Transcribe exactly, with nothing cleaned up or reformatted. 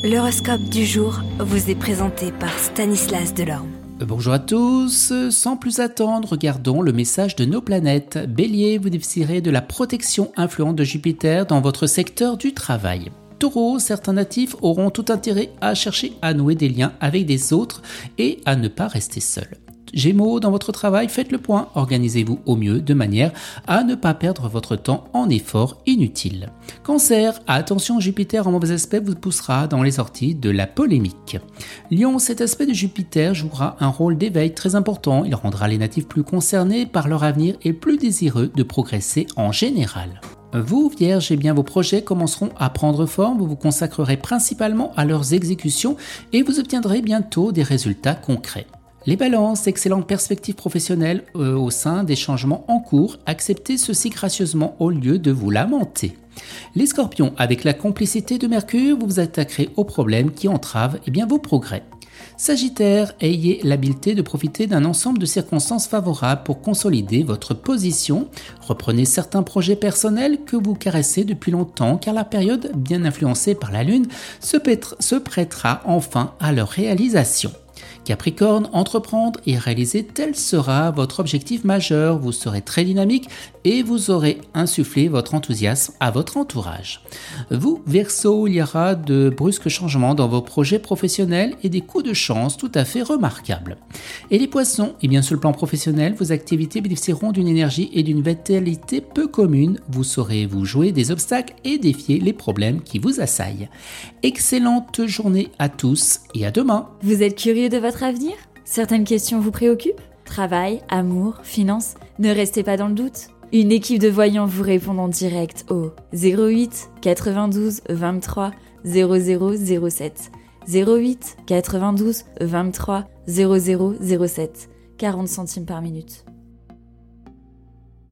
L'horoscope du jour vous est présenté par Stanislas Delorme. Bonjour à tous, sans plus attendre, regardons le message de nos planètes. Bélier, vous bénéficierez de la protection influente de Jupiter dans votre secteur du travail. Taureau, certains natifs auront tout intérêt à chercher à nouer des liens avec des autres et à ne pas rester seuls. Gémeaux, dans votre travail, faites le point, organisez-vous au mieux de manière à ne pas perdre votre temps en efforts inutiles. Cancer, attention, Jupiter en mauvais aspect vous poussera dans les orties de la polémique. Lion, cet aspect de Jupiter jouera un rôle d'éveil très important, il rendra les natifs plus concernés par leur avenir et plus désireux de progresser en général. Vous, Vierge, eh bien, vos projets commenceront à prendre forme, vous vous consacrerez principalement à leurs exécutions et vous obtiendrez bientôt des résultats concrets. Les balances, excellentes perspectives professionnelles euh, au sein des changements en cours, acceptez ceci gracieusement au lieu de vous lamenter. Les scorpions, avec la complicité de Mercure, vous vous attaquerez aux problèmes qui entravent eh bien, vos progrès. Sagittaire, ayez l'habileté de profiter d'un ensemble de circonstances favorables pour consolider votre position. Reprenez certains projets personnels que vous caressez depuis longtemps car la période, bien influencée par la Lune, se, pètre, se prêtera enfin à leur réalisation. Capricorne, entreprendre et réaliser tel sera votre objectif majeur. Vous serez très dynamique et vous aurez insufflé votre enthousiasme à votre entourage. Vous, Verseau, il y aura de brusques changements dans vos projets professionnels et des coups de chance tout à fait remarquables. Et les Poissons, eh bien sur le plan professionnel, vos activités bénéficieront d'une énergie et d'une vitalité peu communes. Vous saurez vous jouer des obstacles et défier les problèmes qui vous assaillent. Excellente journée à tous et à demain. Vous êtes curieux de votre avenir ? Certaines questions vous préoccupent ? Travail, amour, finances ? Ne restez pas dans le doute. Une équipe de voyants vous répond en direct au zéro huit quatre-vingt-douze vingt-trois zéro zéro zéro sept zéro huit quatre-vingt-douze vingt-trois zéro zéro zéro sept quarante centimes par minute.